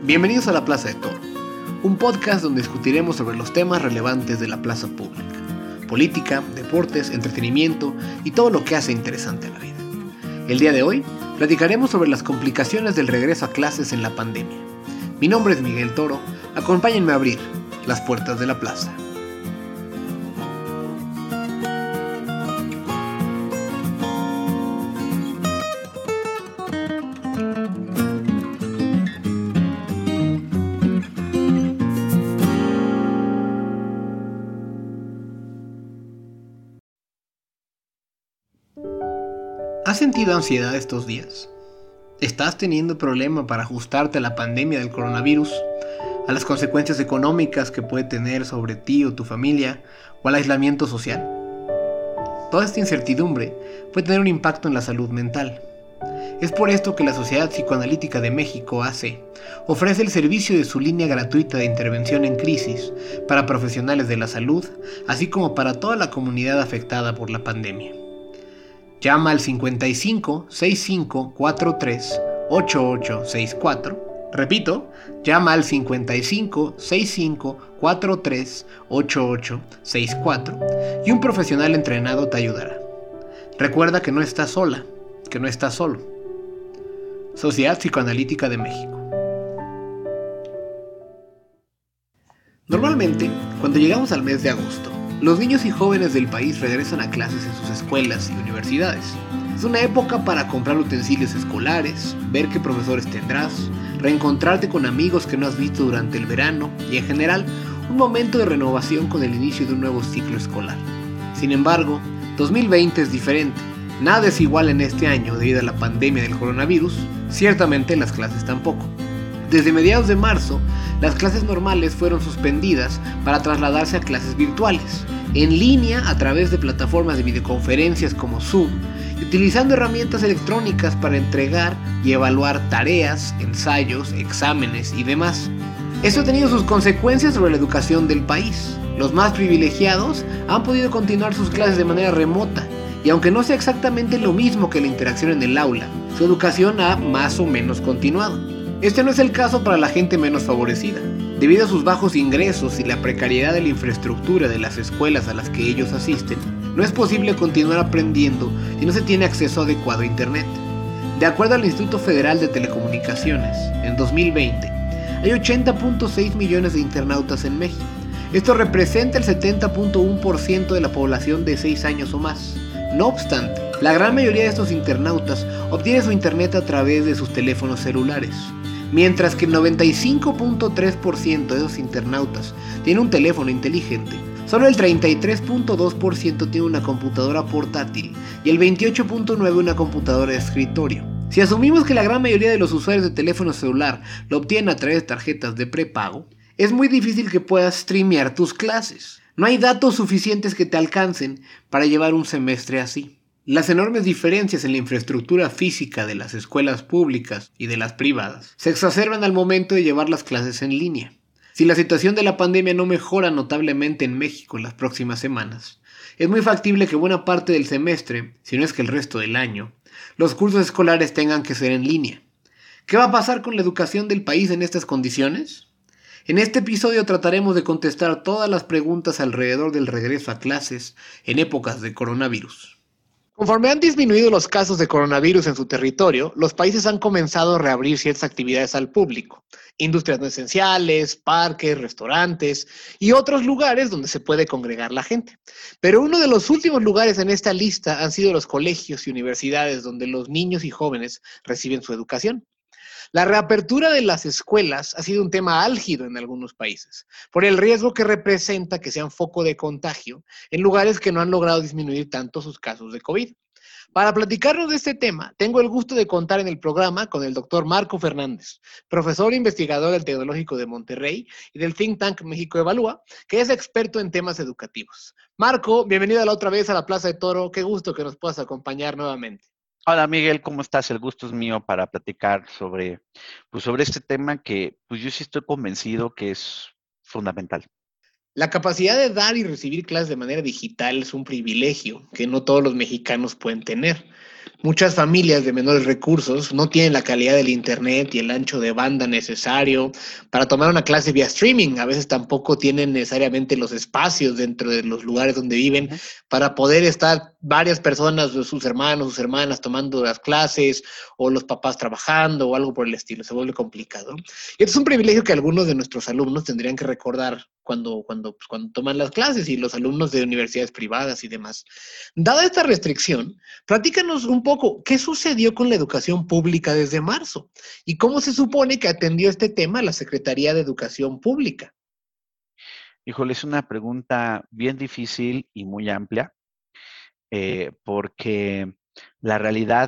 Bienvenidos a La Plaza de Toro, un podcast donde discutiremos sobre los temas relevantes de la plaza pública, política, deportes, entretenimiento y todo lo que hace interesante a la vida. El día de hoy platicaremos sobre las complicaciones del regreso a clases en la pandemia. Mi nombre es Miguel Toro, acompáñenme a abrir las puertas de la plaza. ¿Has sentido ansiedad estos días? ¿Estás teniendo problema para ajustarte a la pandemia del coronavirus, a las consecuencias económicas que puede tener sobre ti o tu familia, o al aislamiento social? Toda esta incertidumbre puede tener un impacto en la salud mental. Es por esto que la Sociedad Psicoanalítica de México, AC, ofrece el servicio de su línea gratuita de intervención en crisis para profesionales de la salud, así como para toda la comunidad afectada por la pandemia. Llama al 55 65 43 8864. Repito, llama al 55 65 43 8864 y un profesional entrenado te ayudará. Recuerda que no estás sola, que no estás solo. Sociedad Psicoanalítica de México. Normalmente, cuando llegamos al mes de agosto, los niños y jóvenes del país regresan a clases en sus escuelas y universidades. Es una época para comprar utensilios escolares, ver qué profesores tendrás, reencontrarte con amigos que no has visto durante el verano y, en general, un momento de renovación con el inicio de un nuevo ciclo escolar. Sin embargo, 2020 es diferente. Nada es igual en este año debido a la pandemia del coronavirus, ciertamente las clases tampoco. Desde mediados de marzo, las clases normales fueron suspendidas para trasladarse a clases virtuales, en línea a través de plataformas de videoconferencias como Zoom, y utilizando herramientas electrónicas para entregar y evaluar tareas, ensayos, exámenes y demás. Esto ha tenido sus consecuencias sobre la educación del país. Los más privilegiados han podido continuar sus clases de manera remota, y aunque no sea exactamente lo mismo que la interacción en el aula, su educación ha más o menos continuado. Este no es el caso para la gente menos favorecida. Debido a sus bajos ingresos y la precariedad de la infraestructura de las escuelas a las que ellos asisten, no es posible continuar aprendiendo si no se tiene acceso adecuado a Internet. De acuerdo al Instituto Federal de Telecomunicaciones, en 2020, hay 80.6 millones de internautas en México. Esto representa el 70.1% de la población de 6 años o más. No obstante, la gran mayoría de estos internautas obtiene su Internet a través de sus teléfonos celulares. Mientras que el 95.3% de esos internautas tiene un teléfono inteligente, solo el 33.2% tiene una computadora portátil y el 28.9% una computadora de escritorio. Si asumimos que la gran mayoría de los usuarios de teléfono celular lo obtienen a través de tarjetas de prepago, es muy difícil que puedas streamear tus clases. No hay datos suficientes que te alcancen para llevar un semestre así. Las enormes diferencias en la infraestructura física de las escuelas públicas y de las privadas se exacerban al momento de llevar las clases en línea. Si la situación de la pandemia no mejora notablemente en México en las próximas semanas, es muy factible que buena parte del semestre, si no es que el resto del año, los cursos escolares tengan que ser en línea. ¿Qué va a pasar con la educación del país en estas condiciones? En este episodio trataremos de contestar todas las preguntas alrededor del regreso a clases en épocas de coronavirus. Conforme han disminuido los casos de coronavirus en su territorio, los países han comenzado a reabrir ciertas actividades al público. Industrias no esenciales, parques, restaurantes y otros lugares donde se puede congregar la gente. Pero uno de los últimos lugares en esta lista han sido los colegios y universidades donde los niños y jóvenes reciben su educación. La reapertura de las escuelas ha sido un tema álgido en algunos países, por el riesgo que representa que sean foco de contagio en lugares que no han logrado disminuir tanto sus casos de COVID. Para platicarnos de este tema, tengo el gusto de contar en el programa con el doctor Marco Fernández, profesor e investigador del Tecnológico de Monterrey y del Think Tank México Evalúa, que es experto en temas educativos. Marco, bienvenido otra vez a la Plaza de Toro. Qué gusto que nos puedas acompañar nuevamente. Hola Miguel, ¿cómo estás? El gusto es mío para platicar sobre este tema que yo sí estoy convencido que es fundamental. La capacidad de dar y recibir clases de manera digital es un privilegio que no todos los mexicanos pueden tener. Muchas familias de menores recursos no tienen la calidad del internet y el ancho de banda necesario para tomar una clase vía streaming. A veces tampoco tienen necesariamente los espacios dentro de los lugares donde viven Ujú. para poder estar varias personas, sus hermanos, sus hermanas tomando las clases o los papás trabajando o algo por el estilo. Se vuelve complicado. Y esto es un privilegio que algunos de nuestros alumnos tendrían que recordar cuando toman las clases, y los alumnos de universidades privadas y demás. Dada esta restricción, platícanos un poco, ¿qué sucedió con la educación pública desde marzo? ¿Y cómo se supone que atendió este tema la Secretaría de Educación Pública? Híjole, es una pregunta bien difícil y muy amplia, porque la realidad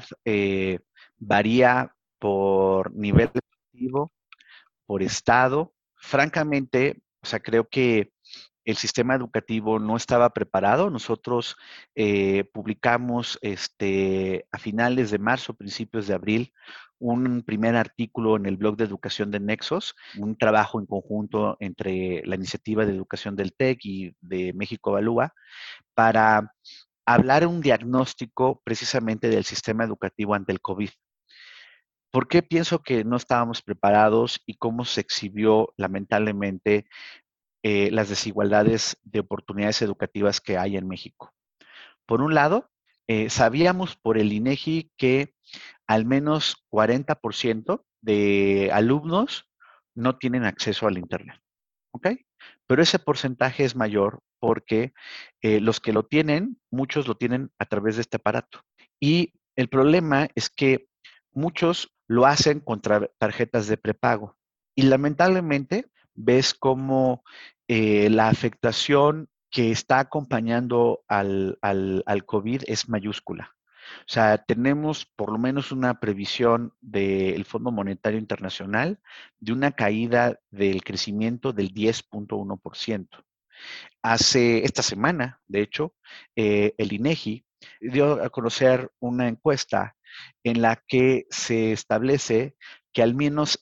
varía por nivel educativo, por estado. Francamente, o sea, creo que el sistema educativo no estaba preparado. Nosotros publicamos a finales de marzo, principios de abril, un primer artículo en el blog de educación de Nexos, un trabajo en conjunto entre la iniciativa de educación del TEC y de México Evalúa, para hablar un diagnóstico precisamente del sistema educativo ante el COVID. ¿Por qué pienso que no estábamos preparados y cómo se exhibió lamentablemente las desigualdades de oportunidades educativas que hay en México? Por un lado, sabíamos por el INEGI que al menos 40% de alumnos no tienen acceso al Internet, ¿ok? Pero ese porcentaje es mayor porque los que lo tienen, muchos lo tienen a través de este aparato. Y el problema es que muchos lo hacen contra tarjetas de prepago. Y lamentablemente ves cómo la afectación que está acompañando al COVID es mayúscula. O sea, tenemos por lo menos una previsión del Fondo Monetario Internacional de una caída del crecimiento del 10.1%. Hace esta semana, de hecho, el INEGI dio a conocer una encuesta en la que se establece que al menos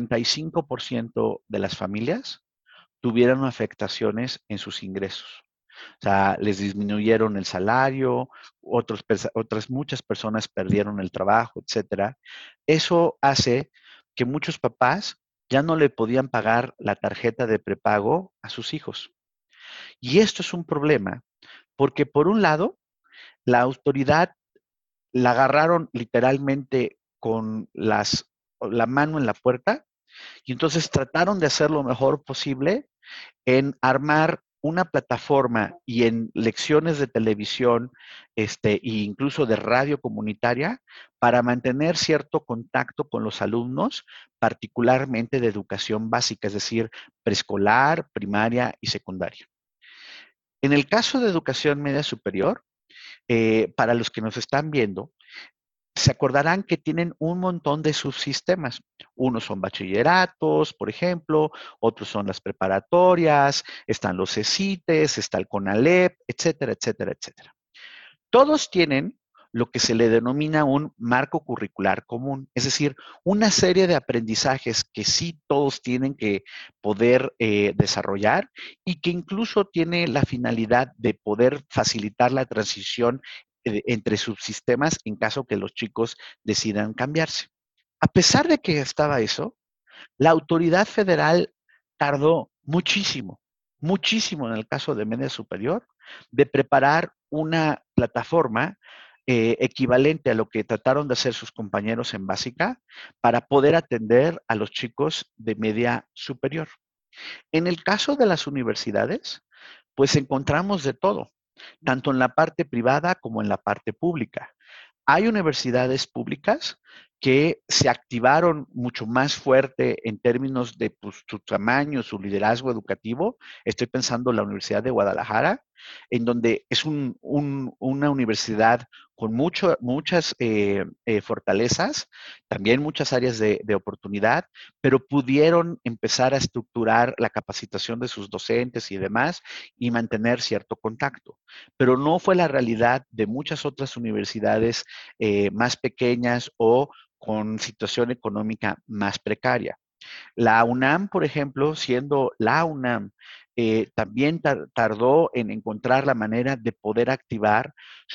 65% de las familias tuvieron afectaciones en sus ingresos. O sea, les disminuyeron el salario, otras muchas personas perdieron el trabajo, etcétera. Eso hace que muchos papás ya no le podían pagar la tarjeta de prepago a sus hijos. Y esto es un problema, porque por un lado, la autoridad la agarraron literalmente con la mano en la puerta y entonces trataron de hacer lo mejor posible en armar una plataforma y en lecciones de televisión e incluso de radio comunitaria para mantener cierto contacto con los alumnos, particularmente de educación básica, es decir, preescolar, primaria y secundaria. En el caso de educación media superior, para los que nos están viendo, se acordarán que tienen un montón de subsistemas. Unos son bachilleratos, por ejemplo, otros son las preparatorias, están los CECITES, está el CONALEP, etcétera, etcétera, etcétera. Todos tienen lo que se le denomina un marco curricular común, es decir, una serie de aprendizajes que sí todos tienen que poder desarrollar y que incluso tiene la finalidad de poder facilitar la transición entre subsistemas en caso que los chicos decidan cambiarse. A pesar de que estaba eso, la autoridad federal tardó muchísimo, muchísimo en el caso de media superior, de preparar una plataforma equivalente a lo que trataron de hacer sus compañeros en básica para poder atender a los chicos de media superior. En el caso de las universidades, pues encontramos de todo, tanto en la parte privada como en la parte pública. Hay universidades públicas que se activaron mucho más fuerte en términos de pues, su tamaño, su liderazgo educativo. Estoy pensando en la Universidad de Guadalajara, en donde es una universidad con muchas fortalezas, también muchas áreas de oportunidad, pero pudieron empezar a estructurar la capacitación de sus docentes y demás y mantener cierto contacto. Pero no fue la realidad de muchas otras universidades más pequeñas o con situación económica más precaria. La UNAM, por ejemplo, siendo la UNAM también tardó en encontrar la manera de poder activar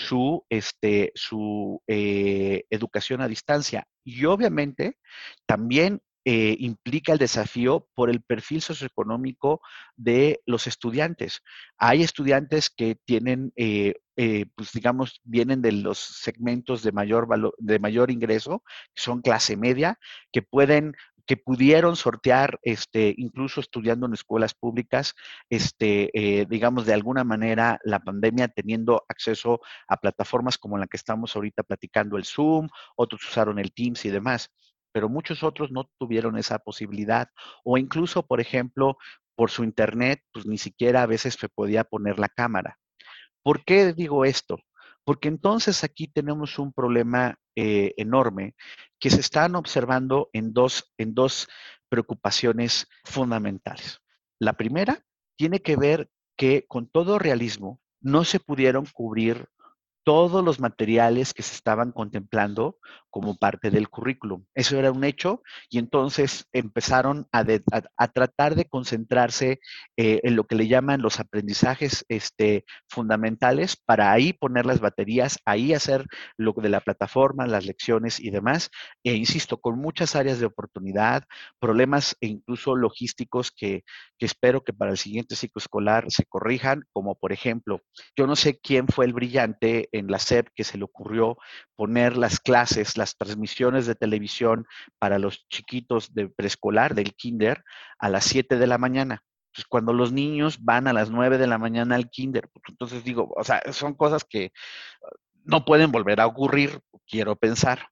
su educación a distancia. Y obviamente también implica el desafío por el perfil socioeconómico de los estudiantes. Hay estudiantes que tienen, pues digamos, vienen de los segmentos de mayor valor, de mayor ingreso, que son clase media, que pudieron sortear, incluso estudiando en escuelas públicas, digamos, de alguna manera, la pandemia, teniendo acceso a plataformas como la que estamos ahorita platicando, el Zoom, otros usaron el Teams y demás, pero muchos otros no tuvieron esa posibilidad, o incluso, por ejemplo, por su internet, pues ni siquiera a veces se podía poner la cámara. ¿Por qué digo esto? Porque entonces aquí tenemos un problema enorme que se están observando en dos preocupaciones fundamentales. La primera tiene que ver que con todo realismo no se pudieron cubrir todos los materiales que se estaban contemplando como parte del currículum. Eso era un hecho y entonces empezaron a tratar de concentrarse en lo que le llaman los aprendizajes fundamentales para ahí poner las baterías, ahí hacer lo de la plataforma, las lecciones y demás. E insisto, con muchas áreas de oportunidad, problemas e incluso logísticos que espero que para el siguiente ciclo escolar se corrijan, como por ejemplo, yo no sé quién fue el brillante en la SEP que se le ocurrió poner las clases, las transmisiones de televisión para los chiquitos de preescolar, del kinder, a las 7 de la mañana. Pues cuando los niños van a las 9 de la mañana al kinder, pues entonces digo, o sea, son cosas que no pueden volver a ocurrir, quiero pensar.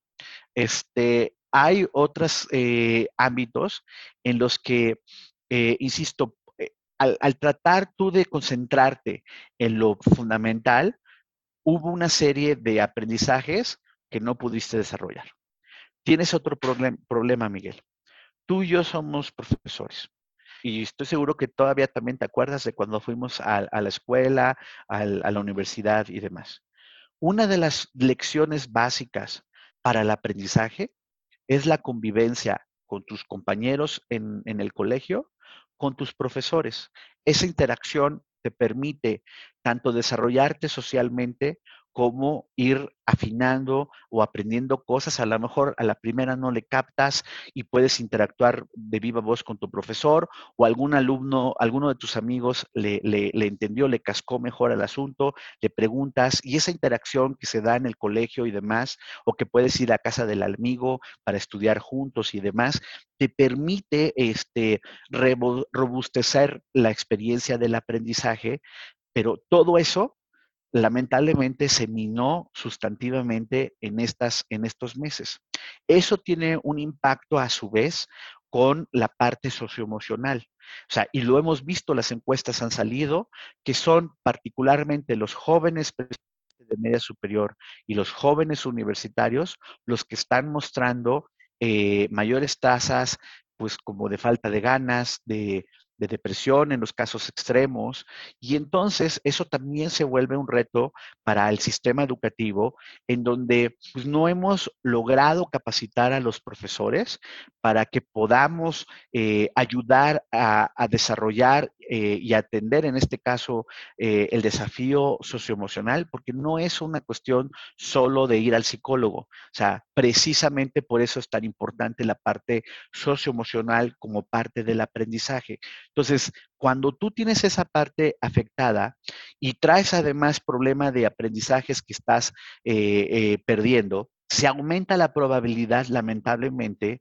Hay otros ámbitos en los que, insisto, al tratar tú de concentrarte en lo fundamental, hubo una serie de aprendizajes que no pudiste desarrollar. Tienes otro problema, Miguel. Tú y yo somos profesores. Y estoy seguro que todavía también te acuerdas de cuando fuimos a la escuela, a la universidad y demás. Una de las lecciones básicas para el aprendizaje es la convivencia con tus compañeros en el colegio, con tus profesores. Esa interacción te permite tanto desarrollarte socialmente como ir afinando o aprendiendo cosas. A lo mejor a la primera no le captas y puedes interactuar de viva voz con tu profesor, o algún alumno, alguno de tus amigos le entendió, le cascó mejor el asunto, le preguntas, y esa interacción que se da en el colegio y demás, o que puedes ir a casa del amigo para estudiar juntos y demás, te permite robustecer la experiencia del aprendizaje, pero todo eso lamentablemente se minó sustantivamente en estos meses. Eso tiene un impacto a su vez con la parte socioemocional. O sea, y lo hemos visto, las encuestas han salido, que son particularmente los jóvenes de media superior y los jóvenes universitarios los que están mostrando mayores tasas, pues como de falta de ganas, de depresión en los casos extremos, y entonces eso también se vuelve un reto para el sistema educativo, en donde pues, no hemos logrado capacitar a los profesores para que podamos ayudar a desarrollar y atender en este caso el desafío socioemocional, porque no es una cuestión solo de ir al psicólogo. O sea, precisamente por eso es tan importante la parte socioemocional como parte del aprendizaje. Entonces, cuando tú tienes esa parte afectada y traes además problema de aprendizajes que estás perdiendo, se aumenta la probabilidad, lamentablemente,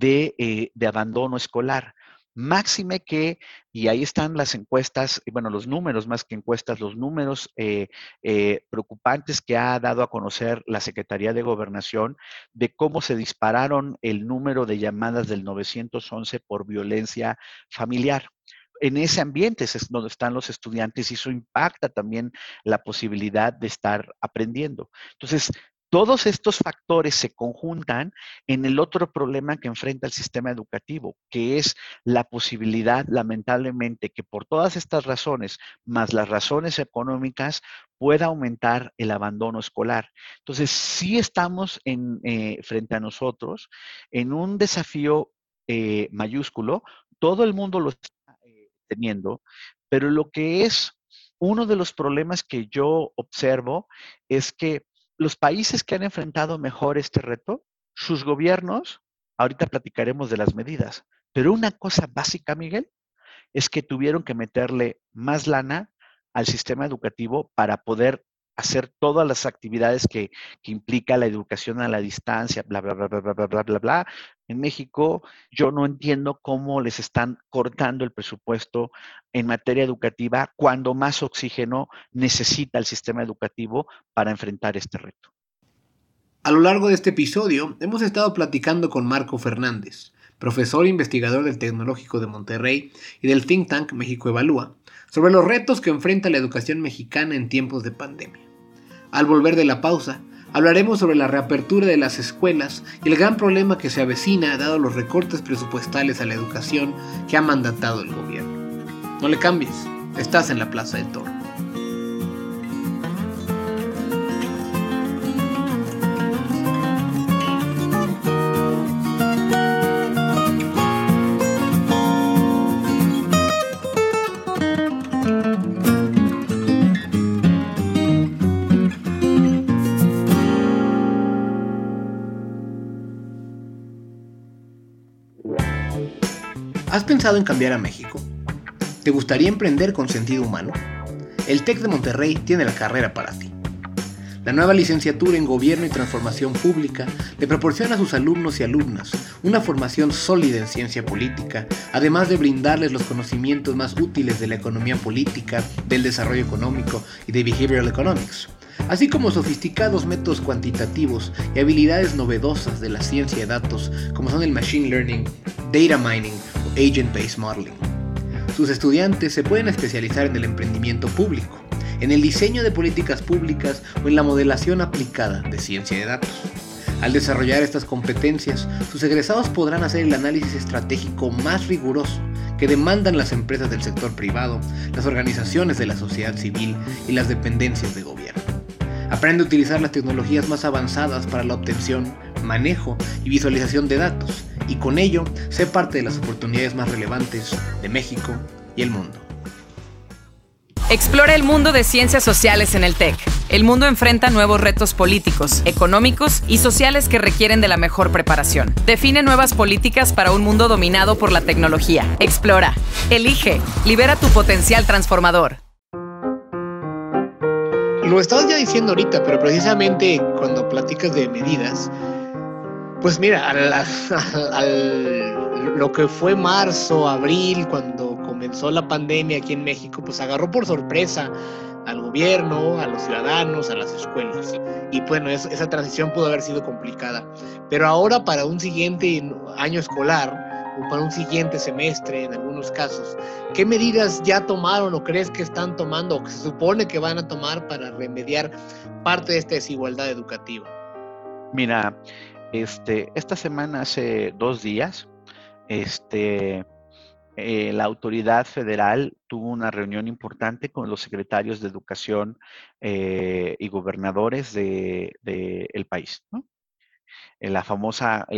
de abandono escolar. Máxime que, y ahí están las encuestas, bueno, los números más que encuestas, los números preocupantes que ha dado a conocer la Secretaría de Gobernación de cómo se dispararon el número de llamadas del 911 por violencia familiar. En ese ambiente es donde están los estudiantes y eso impacta también la posibilidad de estar aprendiendo. Entonces, todos estos factores se conjuntan en el otro problema que enfrenta el sistema educativo, que es la posibilidad, lamentablemente, que por todas estas razones, más las razones económicas, pueda aumentar el abandono escolar. Entonces, sí estamos frente a nosotros en un desafío mayúsculo, todo el mundo lo está teniendo, Pero lo que es uno de los problemas que yo observo es que los países que han enfrentado mejor este reto, sus gobiernos, ahorita platicaremos de las medidas, pero una cosa básica, Miguel, es que tuvieron que meterle más lana al sistema educativo para poder hacer todas las actividades que implica la educación a la distancia, bla, bla, bla, bla, bla, bla, bla, bla, bla. En México, yo no entiendo cómo les están cortando el presupuesto en materia educativa cuando más oxígeno necesita el sistema educativo para enfrentar este reto. A lo largo de este episodio hemos estado platicando con Marco Fernández, profesor e investigador del Tecnológico de Monterrey y del think tank México Evalúa, sobre los retos que enfrenta la educación mexicana en tiempos de pandemia. Al volver de la pausa, hablaremos sobre la reapertura de las escuelas y el gran problema que se avecina dado los recortes presupuestales a la educación que ha mandatado el gobierno. No le cambies, estás en la Plaza del Toro. ¿Has pensado en cambiar a México? ¿Te gustaría emprender con sentido humano? El TEC de Monterrey tiene la carrera para ti. La nueva licenciatura en Gobierno y Transformación Pública le proporciona a sus alumnos y alumnas una formación sólida en ciencia política, además de brindarles los conocimientos más útiles de la economía política, del desarrollo económico y de Behavioral Economics, así como sofisticados métodos cuantitativos y habilidades novedosas de la ciencia de datos como son el Machine Learning, Data Mining o Agent-Based Modeling. Sus estudiantes se pueden especializar en el emprendimiento público, en el diseño de políticas públicas o en la modelación aplicada de ciencia de datos. Al desarrollar estas competencias, sus egresados podrán hacer el análisis estratégico más riguroso que demandan las empresas del sector privado, las organizaciones de la sociedad civil y las dependencias de gobierno. Aprende a utilizar las tecnologías más avanzadas para la obtención, manejo y visualización de datos, y con ello sé parte de las oportunidades más relevantes de México y el mundo. Explora el mundo de ciencias sociales en el TEC. El mundo enfrenta nuevos retos políticos, económicos y sociales que requieren de la mejor preparación. Define nuevas políticas para un mundo dominado por la tecnología. Explora, elige, libera tu potencial transformador. Lo estabas ya diciendo ahorita, pero precisamente cuando platicas de medidas, pues mira, lo que fue marzo, abril, cuando comenzó la pandemia aquí en México, pues agarró por sorpresa al gobierno, a los ciudadanos, a las escuelas. Y bueno, esa transición pudo haber sido complicada. Pero ahora para un siguiente año escolar, o para un siguiente semestre en algunos casos, ¿qué medidas ya tomaron o crees que están tomando o que se supone que van a tomar para remediar parte de esta desigualdad educativa? Mira, esta semana, hace 2 días, la autoridad federal tuvo una reunión importante con los secretarios de educación y gobernadores del país, ¿no? La famosa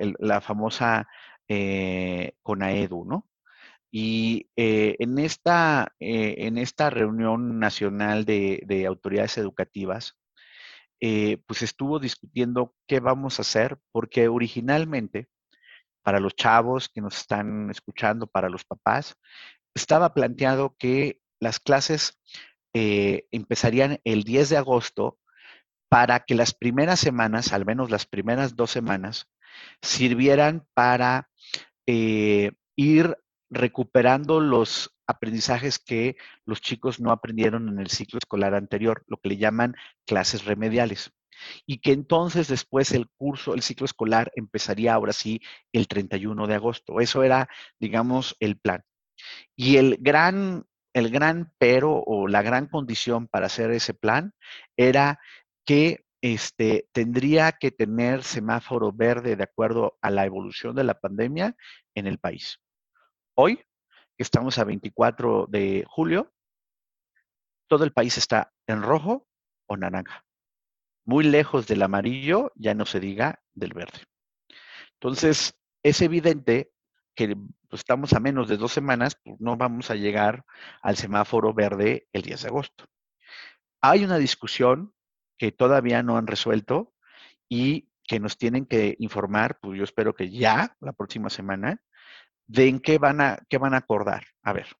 CONAEDU, ¿no? Y en esta reunión nacional de autoridades educativas, pues estuvo discutiendo qué vamos a hacer, porque originalmente, para los chavos que nos están escuchando, para los papás, estaba planteado que las clases empezarían el 10 de agosto para que las primeras semanas, al menos las primeras 2 semanas, sirvieran para ir recuperando los aprendizajes que los chicos no aprendieron en el ciclo escolar anterior, lo que le llaman clases remediales. Y que entonces después el ciclo escolar empezaría ahora sí el 31 de agosto. Eso era, digamos, el plan. Y el gran pero o la gran condición para hacer ese plan era que tendría que tener semáforo verde de acuerdo a la evolución de la pandemia en el país. Hoy, que estamos a 24 de julio, todo el país está en rojo o naranja. Muy lejos del amarillo, ya no se diga del verde. Entonces, es evidente que pues, estamos a menos de 2 semanas, pues no vamos a llegar al semáforo verde el 10 de agosto. Hay una discusión que todavía no han resuelto y que nos tienen que informar, pues yo espero que ya, la próxima semana, de en qué van a acordar. A ver,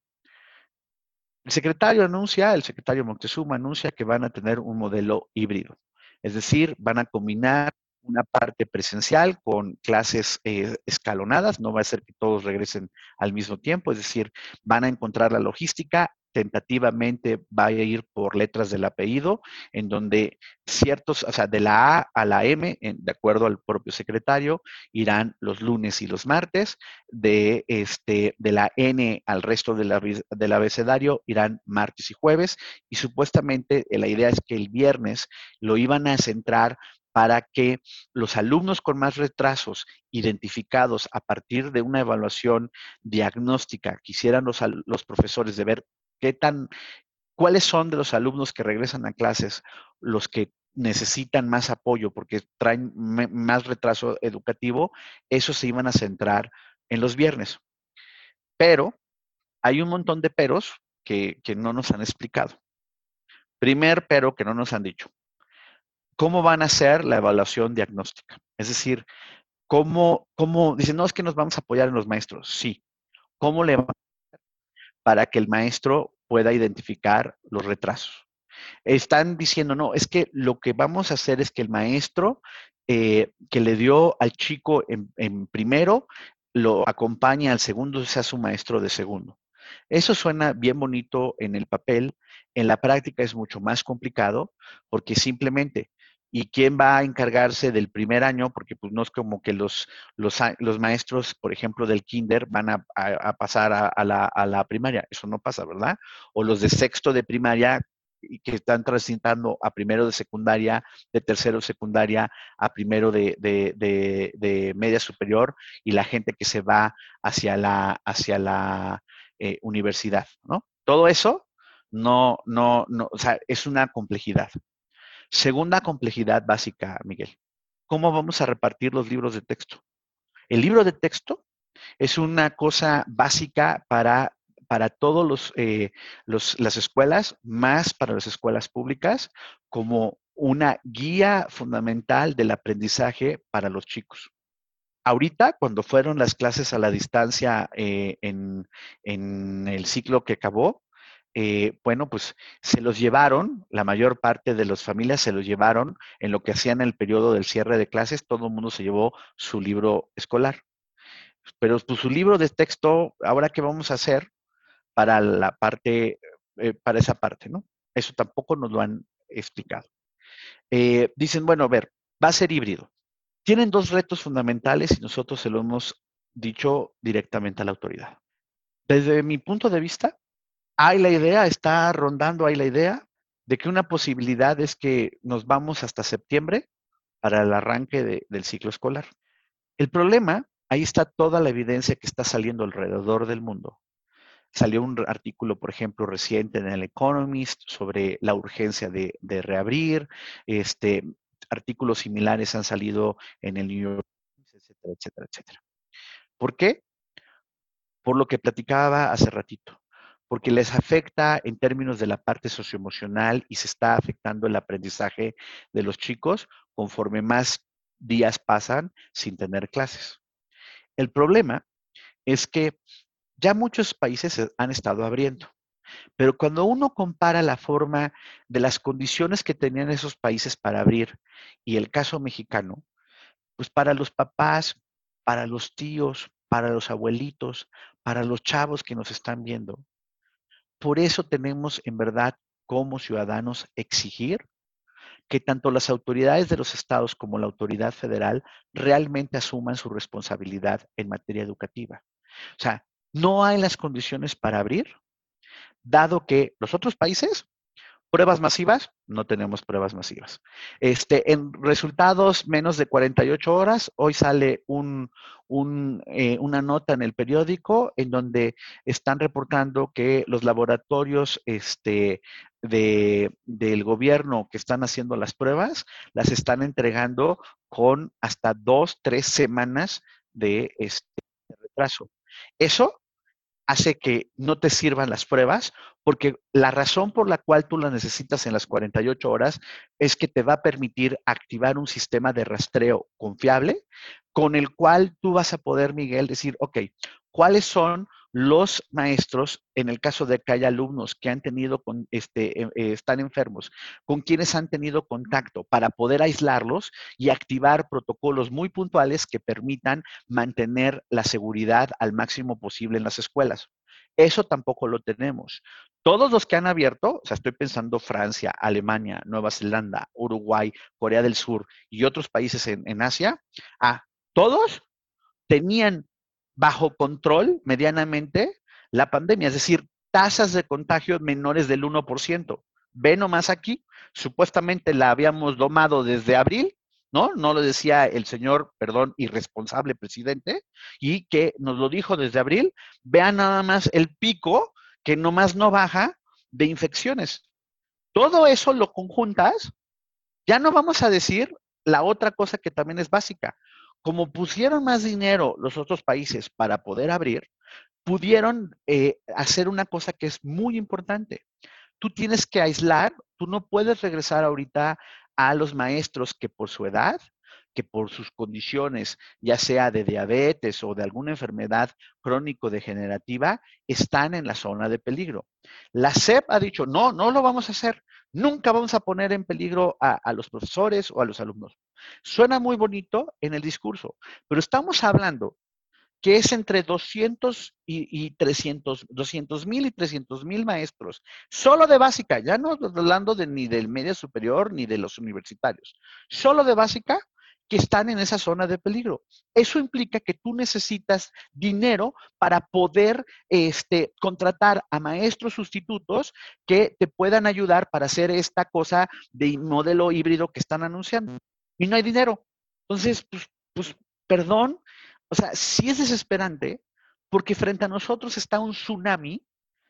el secretario Moctezuma anuncia que van a tener un modelo híbrido, es decir, van a combinar una parte presencial con clases escalonadas, no va a ser que todos regresen al mismo tiempo, es decir, van a encontrar la logística, tentativamente va a ir por letras del apellido, en donde ciertos, o sea, de la A a la M, de acuerdo al propio secretario, irán los lunes y los martes, de la N al resto del abecedario irán martes y jueves, y supuestamente la idea es que el viernes lo iban a centrar para que los alumnos con más retrasos identificados a partir de una evaluación diagnóstica que hicieran los profesores de ver cuáles son de los alumnos que regresan a clases los que necesitan más apoyo porque traen más retraso educativo, esos se iban a centrar en los viernes. Pero hay un montón de peros que no nos han explicado. Primer pero que no nos han dicho. ¿Cómo van a hacer la evaluación diagnóstica? Es decir, ¿cómo dicen, no, es que nos vamos a apoyar en los maestros? Sí. ¿Cómo le van para que el maestro pueda identificar los retrasos? Están diciendo, no, es que lo que vamos a hacer es que el maestro que le dio al chico en primero, lo acompaña al segundo, sea su maestro de segundo. Eso suena bien bonito en el papel, en la práctica es mucho más complicado porque simplemente, ¿y quién va a encargarse del primer año? Porque pues no es como que los maestros, por ejemplo, del kinder van a pasar a la primaria, eso no pasa, ¿verdad? O los de sexto de primaria y que están transitando a primero de secundaria, de tercero de secundaria, a primero de media superior, y la gente que se va hacia la universidad, ¿no? Todo eso no, o sea, es una complejidad. Segunda complejidad básica, Miguel. ¿Cómo vamos a repartir los libros de texto? El libro de texto es una cosa básica para todos las escuelas, más para las escuelas públicas, como una guía fundamental del aprendizaje para los chicos. Ahorita, cuando fueron las clases a la distancia en el ciclo que acabó, bueno, pues se los llevaron, la mayor parte de las familias se los llevaron en lo que hacían en el periodo del cierre de clases, todo el mundo se llevó su libro escolar. Pero pues su libro de texto, ahora qué vamos a hacer para la parte, para esa parte, ¿no? Eso tampoco nos lo han explicado. Dicen, bueno, a ver, va a ser híbrido. Tienen dos retos fundamentales y nosotros se lo hemos dicho directamente a la autoridad. Desde mi punto de vista, está rondando ahí la idea de que una posibilidad es que nos vamos hasta septiembre para el arranque del ciclo escolar. El problema, ahí está toda la evidencia que está saliendo alrededor del mundo. Salió un artículo, por ejemplo, reciente en el Economist sobre la urgencia de reabrir. Artículos similares han salido en el New York Times, etcétera, etcétera, etcétera. ¿Por qué? Por lo que platicaba hace ratito. Porque les afecta en términos de la parte socioemocional y se está afectando el aprendizaje de los chicos conforme más días pasan sin tener clases. El problema es que ya muchos países se han estado abriendo, pero cuando uno compara la forma de las condiciones que tenían esos países para abrir y el caso mexicano, pues para los papás, para los tíos, para los abuelitos, para los chavos que nos están viendo, por eso tenemos en verdad como ciudadanos exigir que tanto las autoridades de los estados como la autoridad federal realmente asuman su responsabilidad en materia educativa. O sea, no hay las condiciones para abrir, dado que los otros países, pruebas masivas, no tenemos pruebas masivas. En resultados menos de 48 horas, hoy sale una nota en el periódico en donde están reportando que los laboratorios del gobierno que están haciendo las pruebas, las están entregando con hasta 2, 3 semanas de retraso. Eso hace que no te sirvan las pruebas, porque la razón por la cual tú las necesitas en las 48 horas es que te va a permitir activar un sistema de rastreo confiable con el cual tú vas a poder, Miguel, decir, ok, ¿cuáles son los maestros, en el caso de que haya alumnos que han tenido, están enfermos, con quienes han tenido contacto para poder aislarlos y activar protocolos muy puntuales que permitan mantener la seguridad al máximo posible en las escuelas? Eso tampoco lo tenemos. Todos los que han abierto, o sea, estoy pensando Francia, Alemania, Nueva Zelanda, Uruguay, Corea del Sur y otros países en Asia, todos tenían bajo control medianamente la pandemia, es decir, tasas de contagio menores del 1%. Ve nomás aquí, supuestamente la habíamos domado desde abril, ¿no? No lo decía el señor, perdón, irresponsable presidente, y que nos lo dijo desde abril. Vean nada más el pico que nomás no baja de infecciones. Todo eso lo conjuntas, ya no vamos a decir la otra cosa que también es básica. Como pusieron más dinero los otros países para poder abrir, pudieron hacer una cosa que es muy importante. Tú tienes que aislar, tú no puedes regresar ahorita a los maestros que por su edad, que por sus condiciones, ya sea de diabetes o de alguna enfermedad crónico-degenerativa, están en la zona de peligro. La SEP ha dicho, no, no lo vamos a hacer. Nunca vamos a poner en peligro a los profesores o a los alumnos. Suena muy bonito en el discurso, pero estamos hablando que es entre 200 y 300, 200,000 y 300,000 maestros, solo de básica, ya no hablando ni del media superior ni de los universitarios, solo de básica que están en esa zona de peligro. Eso implica que tú necesitas dinero para poder contratar a maestros sustitutos que te puedan ayudar para hacer esta cosa de modelo híbrido que están anunciando. Y no hay dinero. Entonces, pues perdón, o sea, sí es desesperante porque frente a nosotros está un tsunami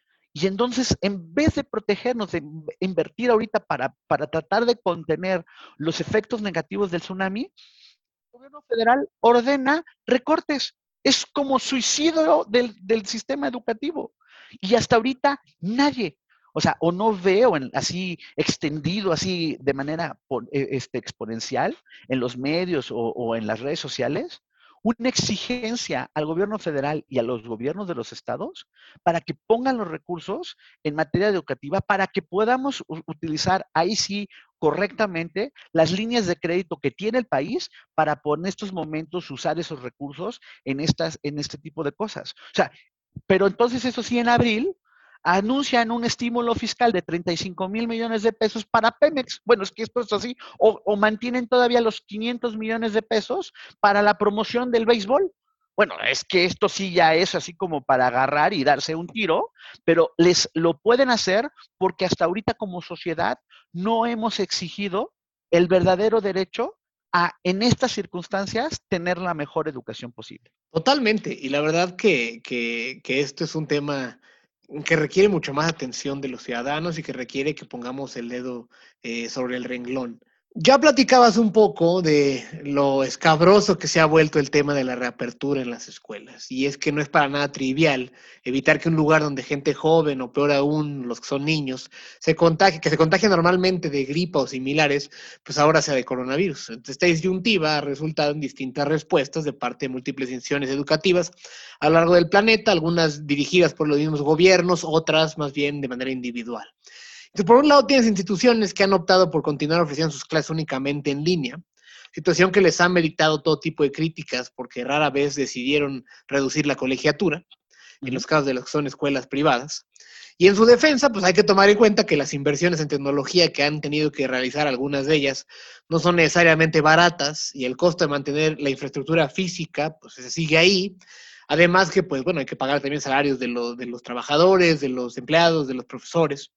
y entonces en vez de protegernos, de invertir ahorita para tratar de contener los efectos negativos del tsunami, el gobierno federal ordena recortes. Es como suicidio del sistema educativo. Y hasta ahorita nadie, o sea, o no veo así extendido, así de manera exponencial en los medios o en las redes sociales, una exigencia al gobierno federal y a los gobiernos de los estados para que pongan los recursos en materia educativa para que podamos utilizar ahí sí correctamente las líneas de crédito que tiene el país para por estos momentos usar esos recursos en este tipo de cosas. O sea, pero entonces eso sí, en abril anuncian un estímulo fiscal de 35,000 millones de pesos para Pemex. Bueno, es que esto es así. O mantienen todavía los 500 millones de pesos para la promoción del béisbol. Bueno, es que esto sí ya es así como para agarrar y darse un tiro, pero les lo pueden hacer porque hasta ahorita como sociedad no hemos exigido el verdadero derecho a, en estas circunstancias, tener la mejor educación posible. Totalmente. Y la verdad que esto es un tema que requiere mucho más atención de los ciudadanos y que requiere que pongamos el dedo sobre el renglón. Ya platicabas un poco de lo escabroso que se ha vuelto el tema de la reapertura en las escuelas, y es que no es para nada trivial evitar que un lugar donde gente joven, o peor aún, los que son niños, que se contagian normalmente de gripa o similares, pues ahora sea de coronavirus. Entonces, esta disyuntiva ha resultado en distintas respuestas de parte de múltiples instituciones educativas a lo largo del planeta, algunas dirigidas por los mismos gobiernos, otras más bien de manera individual. Entonces, por un lado tienes instituciones que han optado por continuar ofreciendo sus clases únicamente en línea, situación que les ha meritado todo tipo de críticas porque rara vez decidieron reducir la colegiatura, en los casos de las que son escuelas privadas. Y en su defensa, pues hay que tomar en cuenta que las inversiones en tecnología que han tenido que realizar algunas de ellas no son necesariamente baratas y el costo de mantener la infraestructura física, pues se sigue ahí. Además que, pues bueno, hay que pagar también salarios de los trabajadores, de los empleados, de los profesores.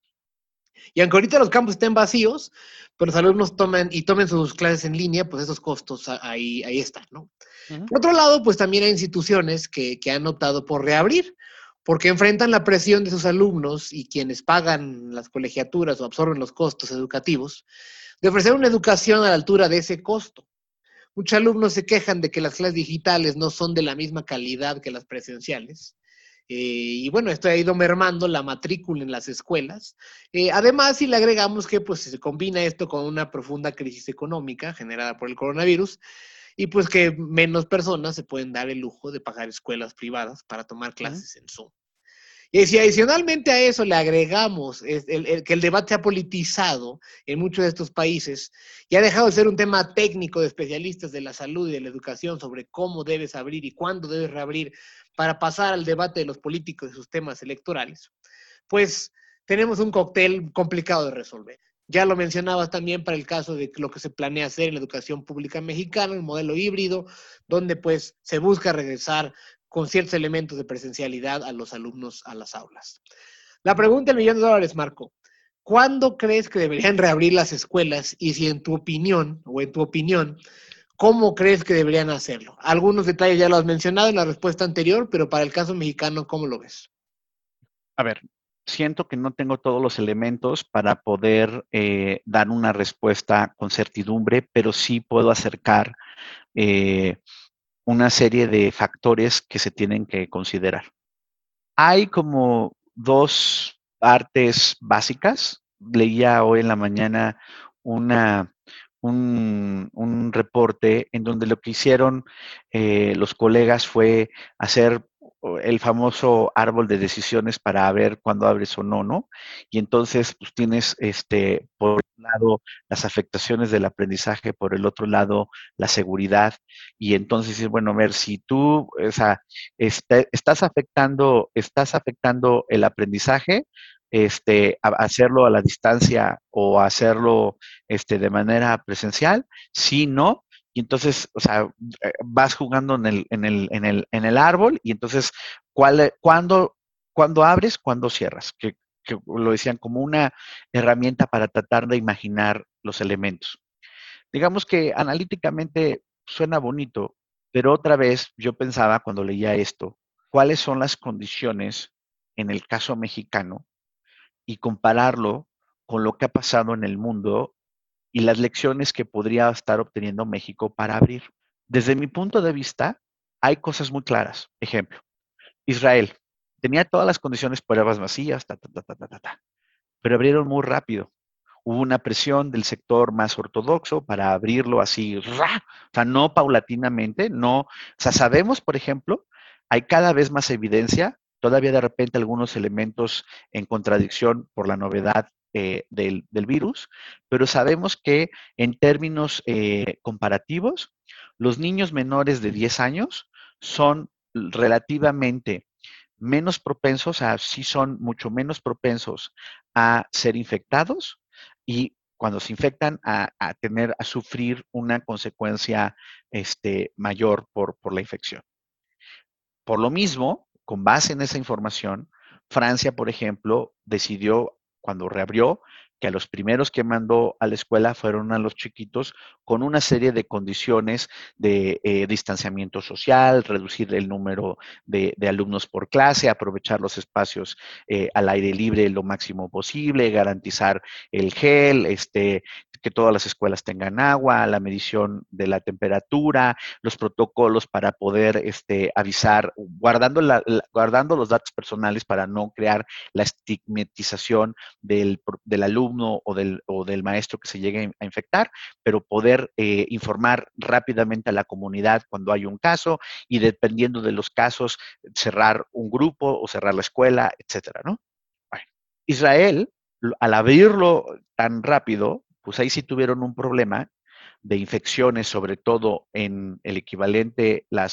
Y aunque ahorita los campos estén vacíos, pero los alumnos tomen sus clases en línea, pues esos costos ahí están, ¿no? Uh-huh. Por otro lado, pues también hay instituciones que han optado por reabrir, porque enfrentan la presión de sus alumnos y quienes pagan las colegiaturas o absorben los costos educativos, de ofrecer una educación a la altura de ese costo. Muchos alumnos se quejan de que las clases digitales no son de la misma calidad que las presenciales. Y bueno, esto ha ido mermando la matrícula en las escuelas. Además, si le agregamos que pues se combina esto con una profunda crisis económica generada por el coronavirus, y pues que menos personas se pueden dar el lujo de pagar escuelas privadas para tomar clases en Zoom. Y si adicionalmente a eso le agregamos que el debate se ha politizado en muchos de estos países y ha dejado de ser un tema técnico de especialistas de la salud y de la educación sobre cómo debes abrir y cuándo debes reabrir para pasar al debate de los políticos y sus temas electorales, pues tenemos un cóctel complicado de resolver. Ya lo mencionabas también para el caso de lo que se planea hacer en la educación pública mexicana, el modelo híbrido, donde pues se busca regresar con ciertos elementos de presencialidad a los alumnos a las aulas. La pregunta del $1,000,000, Marco. ¿Cuándo crees que deberían reabrir las escuelas? Y si en tu opinión, ¿cómo crees que deberían hacerlo? Algunos detalles ya lo has mencionado en la respuesta anterior, pero para el caso mexicano, ¿cómo lo ves? A ver, siento que no tengo todos los elementos para poder dar una respuesta con certidumbre, pero sí puedo acercar una serie de factores que se tienen que considerar. Hay como dos partes básicas. Leía hoy en la mañana un reporte en donde lo que hicieron los colegas fue hacer el famoso árbol de decisiones para ver cuándo abres o no, ¿no? Y entonces, pues tienes por un lado las afectaciones del aprendizaje, por el otro lado la seguridad, y entonces, bueno, a ver, si tú, o sea, estás afectando el aprendizaje, hacerlo a la distancia o hacerlo de manera presencial, sí, no, y entonces, o sea, vas jugando en el árbol, y entonces, ¿cuándo abres, cuándo cierras? Que lo decían como una herramienta para tratar de imaginar los elementos. Digamos que analíticamente suena bonito, pero otra vez yo pensaba cuando leía esto, ¿cuáles son las condiciones en el caso mexicano? Y compararlo con lo que ha pasado en el mundo y las lecciones que podría estar obteniendo México para abrir. Desde mi punto de vista, hay cosas muy claras. Ejemplo, Israel tenía todas las condiciones, pruebas masivas, pero abrieron muy rápido. Hubo una presión del sector más ortodoxo para abrirlo así, ¡ra! O sea, no paulatinamente, no. O sea, sabemos, por ejemplo, hay cada vez más evidencia, todavía de repente algunos elementos en contradicción por la novedad del virus, pero sabemos que en términos comparativos, los niños menores de 10 años son relativamente menos propensos, o sea, sí son mucho menos propensos a ser infectados y cuando se infectan a sufrir una consecuencia mayor por la infección. Por lo mismo, con base en esa información, Francia, por ejemplo, decidió, cuando reabrió, que a los primeros que mandó a la escuela fueron a los chiquitos con una serie de condiciones de distanciamiento social, reducir el número de alumnos por clase, aprovechar los espacios al aire libre lo máximo posible, garantizar el gel, que todas las escuelas tengan agua, la medición de la temperatura, los protocolos para poder avisar, guardando los datos personales para no crear la estigmatización del alumno o del maestro que se llegue a infectar, pero poder informar rápidamente a la comunidad cuando hay un caso y dependiendo de los casos, cerrar un grupo o cerrar la escuela, etcétera, ¿no? Bueno, Israel, al abrirlo tan rápido, pues ahí sí tuvieron un problema de infecciones, sobre todo en el equivalente, la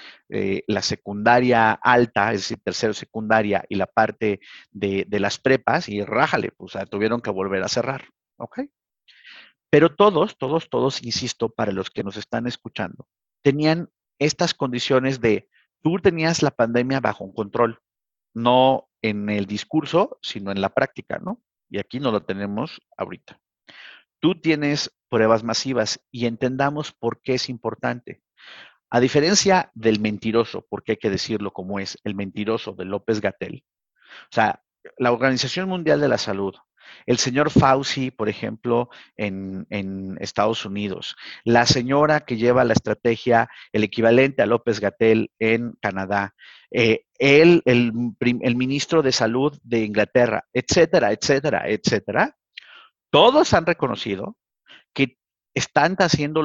secundaria alta, es decir, tercero secundaria y la parte de las prepas, y rájale, pues tuvieron que volver a cerrar, ¿ok? Pero todos, insisto, para los que nos están escuchando, tenían estas condiciones de, tú tenías la pandemia bajo control, no en el discurso, sino en la práctica, ¿no? Y aquí no lo tenemos ahorita. Tú tienes pruebas masivas y entendamos por qué es importante. A diferencia del mentiroso, porque hay que decirlo como es, el mentiroso de López-Gatell, o sea, la Organización Mundial de la Salud El señor Fauci, por ejemplo, en Estados Unidos, la señora que lleva la estrategia, el equivalente a López-Gatell en Canadá, el ministro de Salud de Inglaterra, etcétera, etcétera, etcétera, todos han reconocido que están haciendo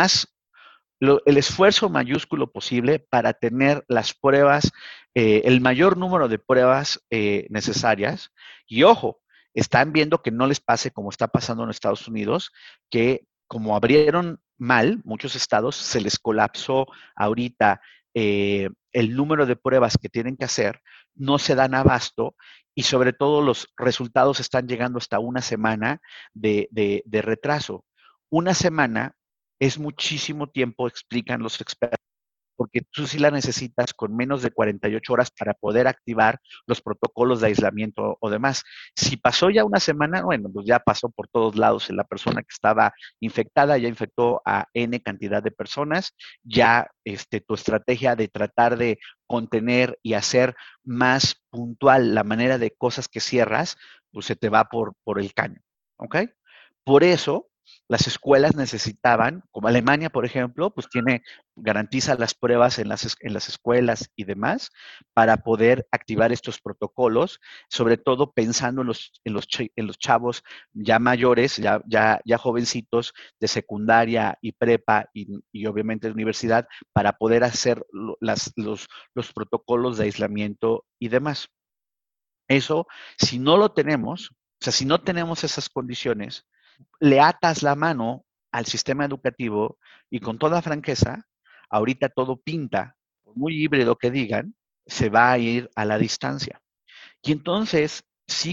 el esfuerzo mayúsculo posible para tener las pruebas, el mayor número de pruebas necesarias. Y ojo, están viendo que no les pase como está pasando en Estados Unidos, que como abrieron mal muchos estados, se les colapsó ahorita el número de pruebas que tienen que hacer, no se dan abasto y sobre todo los resultados están llegando hasta una semana de retraso. Una semana es muchísimo tiempo, explican los expertos, porque tú sí la necesitas con menos de 48 horas para poder activar los protocolos de aislamiento o demás. Si pasó ya una semana, bueno, pues ya pasó por todos lados. La persona que estaba infectada ya infectó a N cantidad de personas, ya tu estrategia de tratar de contener y hacer más puntual la manera de cosas que cierras, pues se te va por el caño, ¿ok? Por eso, las escuelas necesitaban, como Alemania, por ejemplo, pues garantiza las pruebas en las escuelas y demás para poder activar estos protocolos, sobre todo pensando en los chavos ya mayores, ya jovencitos de secundaria y prepa y obviamente de universidad, para poder hacer los protocolos de aislamiento y demás. Eso, si no lo tenemos, o sea, si no tenemos esas condiciones, le atas la mano al sistema educativo y con toda franqueza, ahorita todo pinta, por muy híbrido que digan, se va a ir a la distancia. Y entonces,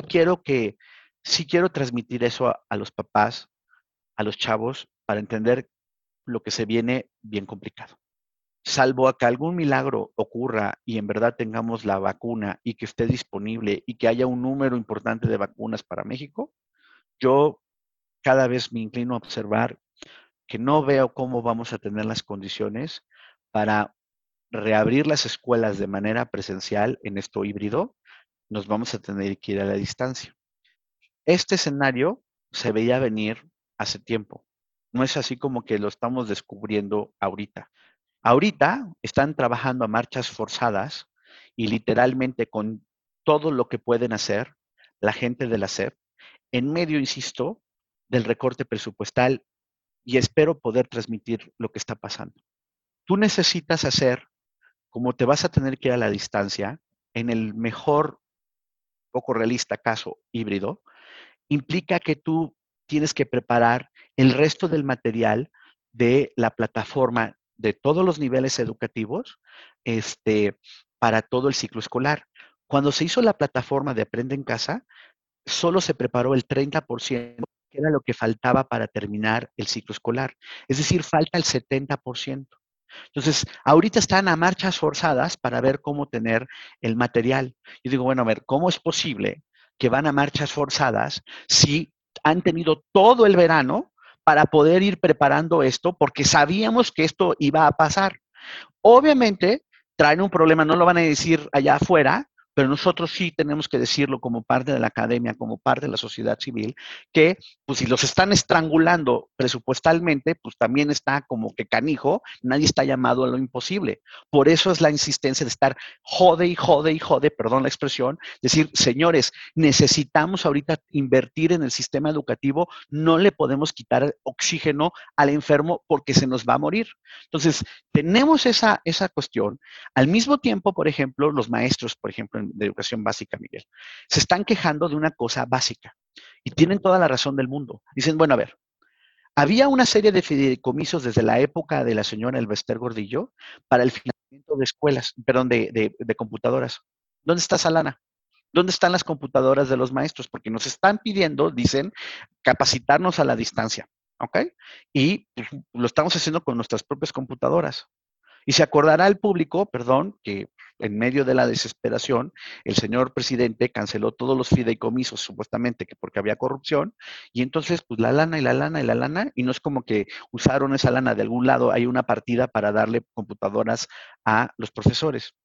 sí quiero transmitir eso a los papás, a los chavos, para entender lo que se viene bien complicado. Salvo a que algún milagro ocurra y en verdad tengamos la vacuna y que esté disponible y que haya un número importante de vacunas para México, yo cada vez me inclino a observar que no veo cómo vamos a tener las condiciones para reabrir las escuelas de manera presencial en esto híbrido. Nos vamos a tener que ir a la distancia. Este escenario se veía venir hace tiempo. No es así como que lo estamos descubriendo ahorita. Ahorita están trabajando a marchas forzadas y literalmente con todo lo que pueden hacer la gente de la SEP, en medio, insisto, del recorte presupuestal, y espero poder transmitir lo que está pasando. Tú necesitas hacer, como te vas a tener que ir a la distancia, en el mejor, poco realista caso híbrido, implica que tú tienes que preparar el resto del material de la plataforma de todos los niveles educativos para todo el ciclo escolar. Cuando se hizo la plataforma de Aprende en Casa, solo se preparó el 30%, que era lo que faltaba para terminar el ciclo escolar. Es decir, falta el 70%. Entonces, ahorita están a marchas forzadas para ver cómo tener el material. Yo digo, bueno, a ver, ¿cómo es posible que van a marchas forzadas si han tenido todo el verano para poder ir preparando esto? Porque sabíamos que esto iba a pasar. Obviamente, traen un problema, no lo van a decir allá afuera, pero nosotros sí tenemos que decirlo como parte de la academia, como parte de la sociedad civil, que pues si los están estrangulando presupuestalmente, pues también está como que canijo, nadie está llamado a lo imposible. Por eso es la insistencia de estar jode y jode y jode, perdón la expresión, decir, señores, necesitamos ahorita invertir en el sistema educativo, no le podemos quitar oxígeno al enfermo porque se nos va a morir. Entonces, tenemos esa cuestión. Al mismo tiempo, por ejemplo, los maestros, por ejemplo, de educación básica, Miguel, se están quejando de una cosa básica y tienen toda la razón del mundo. Dicen, bueno, a ver, había una serie de fideicomisos desde la época de la señora Elbester Gordillo para el financiamiento de escuelas, perdón, de computadoras. ¿Dónde está esa lana? ¿Dónde están las computadoras de los maestros? Porque nos están pidiendo, dicen, capacitarnos a la distancia, ¿ok? Y pues, lo estamos haciendo con nuestras propias computadoras. Y se acordará el público, perdón, que en medio de la desesperación, el señor presidente canceló todos los fideicomisos, supuestamente, que porque había corrupción, y entonces, pues la lana y la lana y la lana, y no es como que usaron esa lana de algún lado, hay una partida para darle computadoras a los profesores.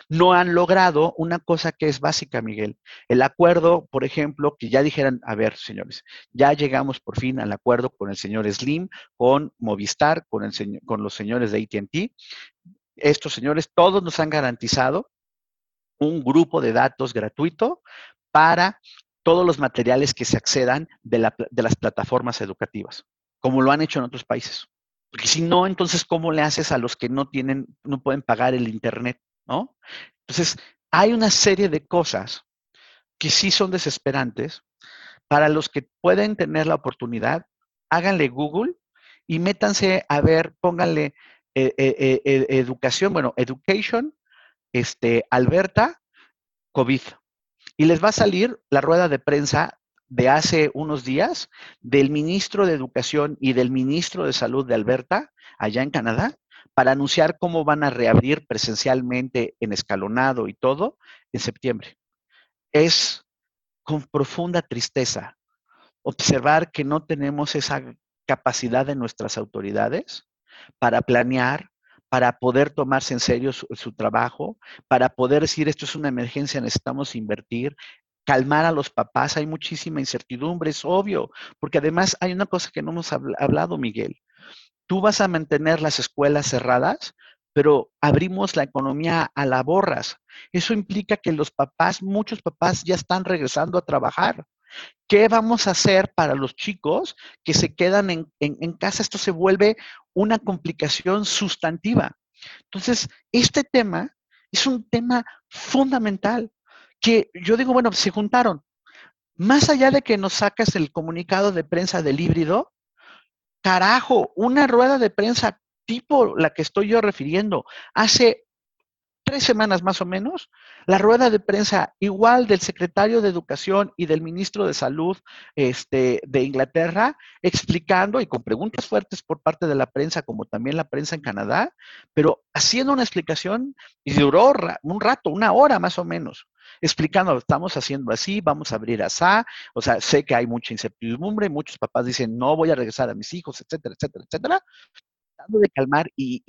no han logrado una cosa que es básica, Miguel. El acuerdo, por ejemplo, que ya dijeran, a ver, señores, ya llegamos por fin al acuerdo con el señor Slim, con Movistar, con los señores de AT&T. Estos señores todos nos han garantizado un grupo de datos gratuito para todos los materiales que se accedan de las plataformas educativas, como lo han hecho en otros países. Porque si no, entonces, ¿cómo le haces a los que no pueden pagar el internet, ¿no? Entonces, hay una serie de cosas que sí son desesperantes. Para los que pueden tener la oportunidad, háganle Google y métanse a ver, pónganle educación, bueno, education, Alberta, COVID. Y les va a salir la rueda de prensa de hace unos días del ministro de Educación y del ministro de Salud de Alberta, allá en Canadá, para anunciar cómo van a reabrir presencialmente en escalonado y todo en septiembre. Es con profunda tristeza observar que no tenemos esa capacidad de nuestras autoridades para planear, para poder tomarse en serio su trabajo, para poder decir esto es una emergencia, necesitamos invertir, calmar a los papás. Hay muchísima incertidumbre, es obvio, porque además hay una cosa que no hemos hablado, Miguel. Tú vas a mantener las escuelas cerradas, pero abrimos la economía a la borras. Eso implica que los papás, muchos papás ya están regresando a trabajar. ¿Qué vamos a hacer para los chicos que se quedan en casa? Esto se vuelve una complicación sustantiva. Entonces, este tema es un tema fundamental que yo digo, bueno, se juntaron. Más allá de que nos sacas el comunicado de prensa del híbrido, carajo, una rueda de prensa tipo la que estoy yo refiriendo, hace 3 semanas más o menos, la rueda de prensa igual del secretario de Educación y del ministro de Salud de Inglaterra, explicando y con preguntas fuertes por parte de la prensa, como también la prensa en Canadá, pero haciendo una explicación y duró un rato, 1 hora más o menos, explicando, estamos haciendo así, vamos a abrir así, o sea, sé que hay mucha incertidumbre, muchos papás dicen, no voy a regresar a mis hijos, etcétera, etcétera, etcétera, tratando de calmar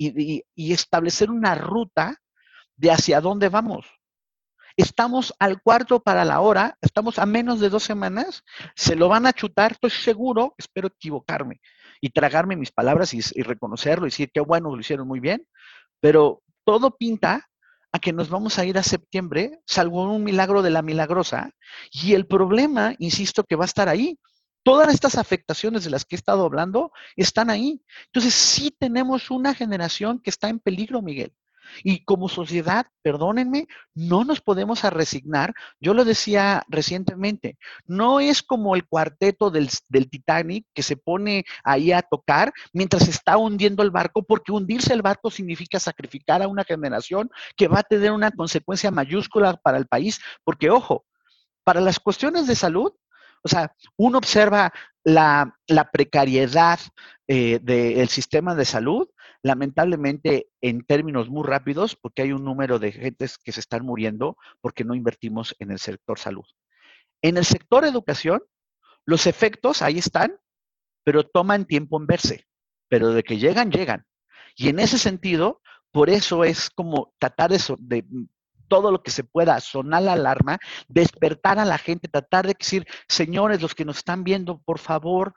y establecer una ruta de hacia dónde vamos. Estamos al cuarto para la hora, estamos a menos de 2 semanas, se lo van a chutar, estoy seguro, espero equivocarme y tragarme mis palabras y reconocerlo y decir qué bueno, lo hicieron muy bien, pero todo pinta a que nos vamos a ir a septiembre, salvo un milagro de la milagrosa, y el problema, insisto, que va a estar ahí. Todas estas afectaciones de las que he estado hablando están ahí. Entonces, sí tenemos una generación que está en peligro, Miguel. Y como sociedad, perdónenme, no nos podemos resignar. Yo lo decía recientemente, no es como el cuarteto del Titanic que se pone ahí a tocar mientras se está hundiendo el barco, porque hundirse el barco significa sacrificar a una generación que va a tener una consecuencia mayúscula para el país, porque ojo, para las cuestiones de salud, o sea, uno observa la precariedad del sistema de salud, lamentablemente en términos muy rápidos, porque hay un número de gentes que se están muriendo porque no invertimos en el sector salud. En el sector educación, los efectos ahí están, pero toman tiempo en verse, pero de que llegan, llegan. Y en ese sentido, por eso es como tratar de todo lo que se pueda, sonar la alarma, despertar a la gente, tratar de decir, señores, los que nos están viendo, por favor,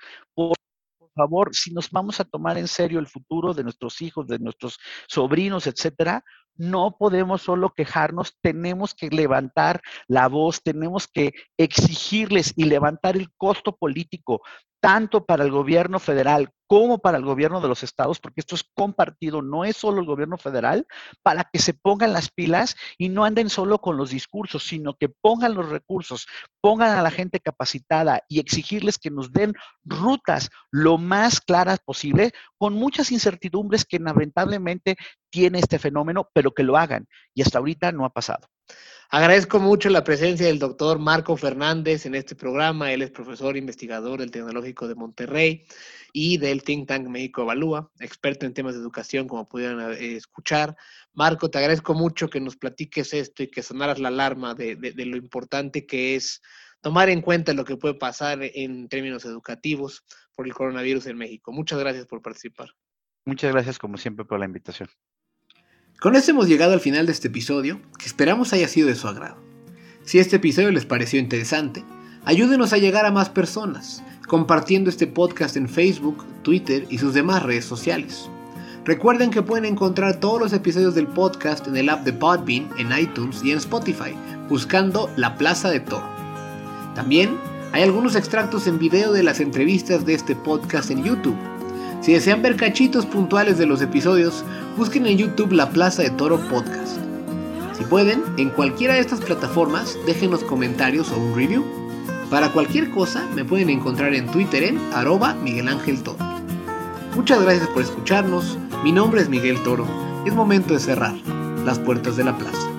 si nos vamos a tomar en serio el futuro de nuestros hijos, de nuestros sobrinos, etcétera, no podemos solo quejarnos, tenemos que levantar la voz, tenemos que exigirles y levantar el costo político, tanto para el gobierno federal como para el gobierno de los estados, porque esto es compartido, no es solo el gobierno federal, para que se pongan las pilas y no anden solo con los discursos, sino que pongan los recursos, pongan a la gente capacitada y exigirles que nos den rutas lo más claras posible, con muchas incertidumbres que lamentablemente tiene este fenómeno, pero que lo hagan. Y hasta ahorita no ha pasado. Agradezco mucho la presencia del doctor Marco Fernández en este programa. Él es profesor investigador del Tecnológico de Monterrey y del Think Tank México Evalúa, experto en temas de educación, como pudieron escuchar. Marco, te agradezco mucho que nos platiques esto y que sonaras la alarma de lo importante que es tomar en cuenta lo que puede pasar en términos educativos por el coronavirus en México. Muchas gracias por participar. Muchas gracias, como siempre, por la invitación. Con esto hemos llegado al final de este episodio, que esperamos haya sido de su agrado. Si este episodio les pareció interesante, ayúdenos a llegar a más personas, compartiendo este podcast en Facebook, Twitter y sus demás redes sociales. Recuerden que pueden encontrar todos los episodios del podcast en el app de Podbean, en iTunes y en Spotify, buscando La Plaza de Toro. También hay algunos extractos en video de las entrevistas de este podcast en YouTube. Si desean ver cachitos puntuales de los episodios, busquen en YouTube La Plaza de Toro Podcast. Si pueden, en cualquiera de estas plataformas, déjenos comentarios o un review. Para cualquier cosa, me pueden encontrar en Twitter en @MiguelAngelToro. Muchas gracias por escucharnos. Mi nombre es Miguel Toro. Es momento de cerrar las puertas de la plaza.